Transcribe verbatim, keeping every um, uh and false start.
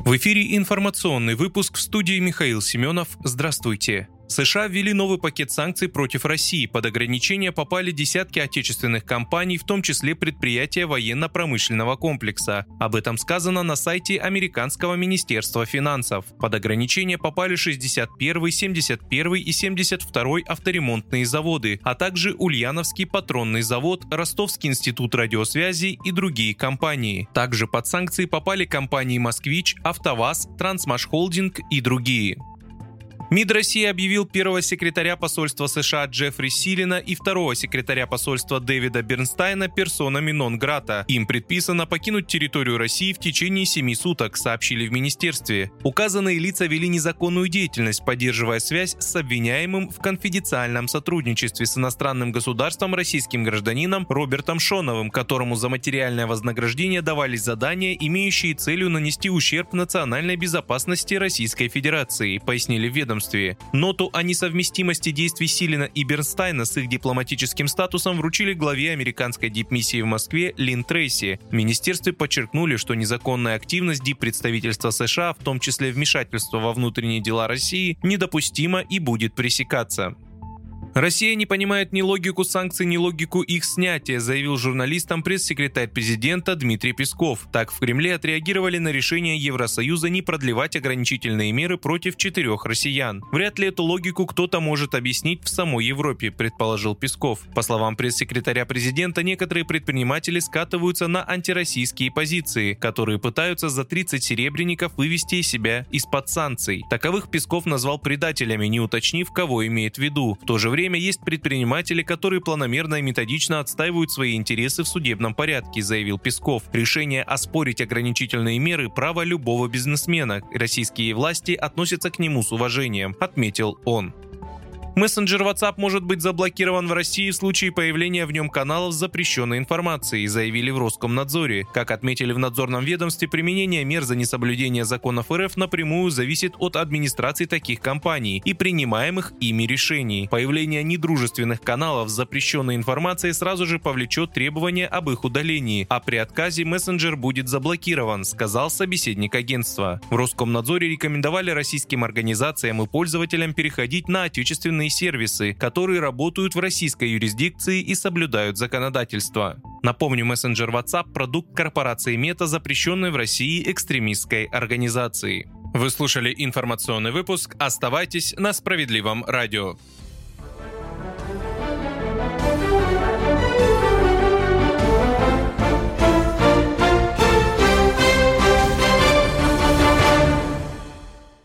В эфире информационный выпуск, в студии Михаил Семенов. Здравствуйте. США ввели новый пакет санкций против России. Под ограничения попали десятки отечественных компаний, в том числе предприятия военно-промышленного комплекса. Об этом сказано на сайте Американского министерства финансов. Под ограничения попали шестьдесят первый, семьдесят первый и семьдесят второй авторемонтные заводы, а также Ульяновский патронный завод, Ростовский институт радиосвязи и другие компании. Также под санкции попали компании «Москвич», «АвтоВАЗ», «Трансмашхолдинг» и другие. МИД России объявил первого секретаря посольства США Джеффри Силина и второго секретаря посольства Дэвида Бернстайна персонами нон-грата. Им предписано покинуть территорию России в течение семи суток, сообщили в министерстве. Указанные лица вели незаконную деятельность, поддерживая связь с обвиняемым в конфиденциальном сотрудничестве с иностранным государством российским гражданином Робертом Шоновым, которому за материальное вознаграждение давались задания, имеющие целью нанести ущерб национальной безопасности Российской Федерации, пояснили в ведомстве. Ноту о несовместимости действий Силина и Бернстайна с их дипломатическим статусом вручили главе американской дипмиссии в Москве Лин Трейси. В министерстве подчеркнули, что незаконная активность диппредставительства США, в том числе вмешательство во внутренние дела России, недопустима и будет пресекаться. Россия не понимает ни логику санкций, ни логику их снятия, заявил журналистам пресс-секретарь президента Дмитрий Песков. Так в Кремле отреагировали на решение Евросоюза не продлевать ограничительные меры против четырех россиян. Вряд ли эту логику кто-то может объяснить в самой Европе, предположил Песков. По словам пресс-секретаря президента, некоторые предприниматели скатываются на антироссийские позиции, которые пытаются за тридцать серебряников вывести себя из-под санкций. Таковых Песков назвал предателями, не уточнив, кого имеет в виду. В то же время есть предприниматели, которые планомерно и методично отстаивают свои интересы в судебном порядке, заявил Песков. Решение оспорить ограничительные меры – право любого бизнесмена. Российские власти относятся к нему с уважением, отметил он. Мессенджер WhatsApp может быть заблокирован в России в случае появления в нем каналов с запрещенной информацией, заявили в Роскомнадзоре. Как отметили в надзорном ведомстве, применение мер за несоблюдение законов РФ напрямую зависит от администрации таких компаний и принимаемых ими решений. Появление недружественных каналов с запрещенной информацией сразу же повлечет требования об их удалении, а при отказе мессенджер будет заблокирован, сказал собеседник агентства. В Роскомнадзоре рекомендовали российским организациям и пользователям переходить на отечественные сервисы, которые работают в российской юрисдикции и соблюдают законодательство. Напомню, мессенджер WhatsApp – продукт корпорации Мета, запрещенной в России экстремистской организацией. Вы слушали информационный выпуск. Оставайтесь на Справедливом радио.